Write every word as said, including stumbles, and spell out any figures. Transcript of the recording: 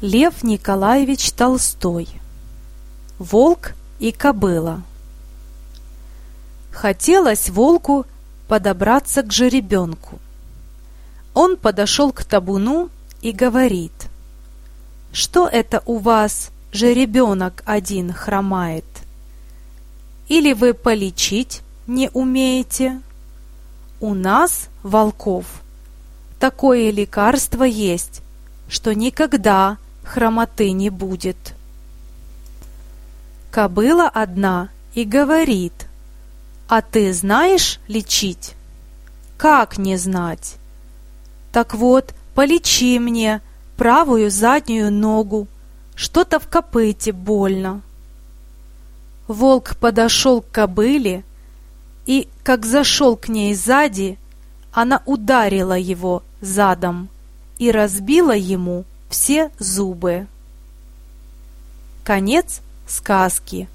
Лев Николаевич Толстой. Волк и кобыла. Хотелось волку подобраться к жеребенку. Он подошел к табуну и говорит: «Что это у вас жеребенок один хромает? Или вы полечить не умеете? У нас, волков, такое лекарство есть, что никогда хромоты не будет». Кобыла одна и говорит: «А ты знаешь лечить?» «Как не знать?» «Так вот, полечи мне правую заднюю ногу, что-то в копыте больно». Волк подошел к кобыле, и, как зашел к ней сзади, она ударила его задом и разбила ему все зубы. Конец сказки.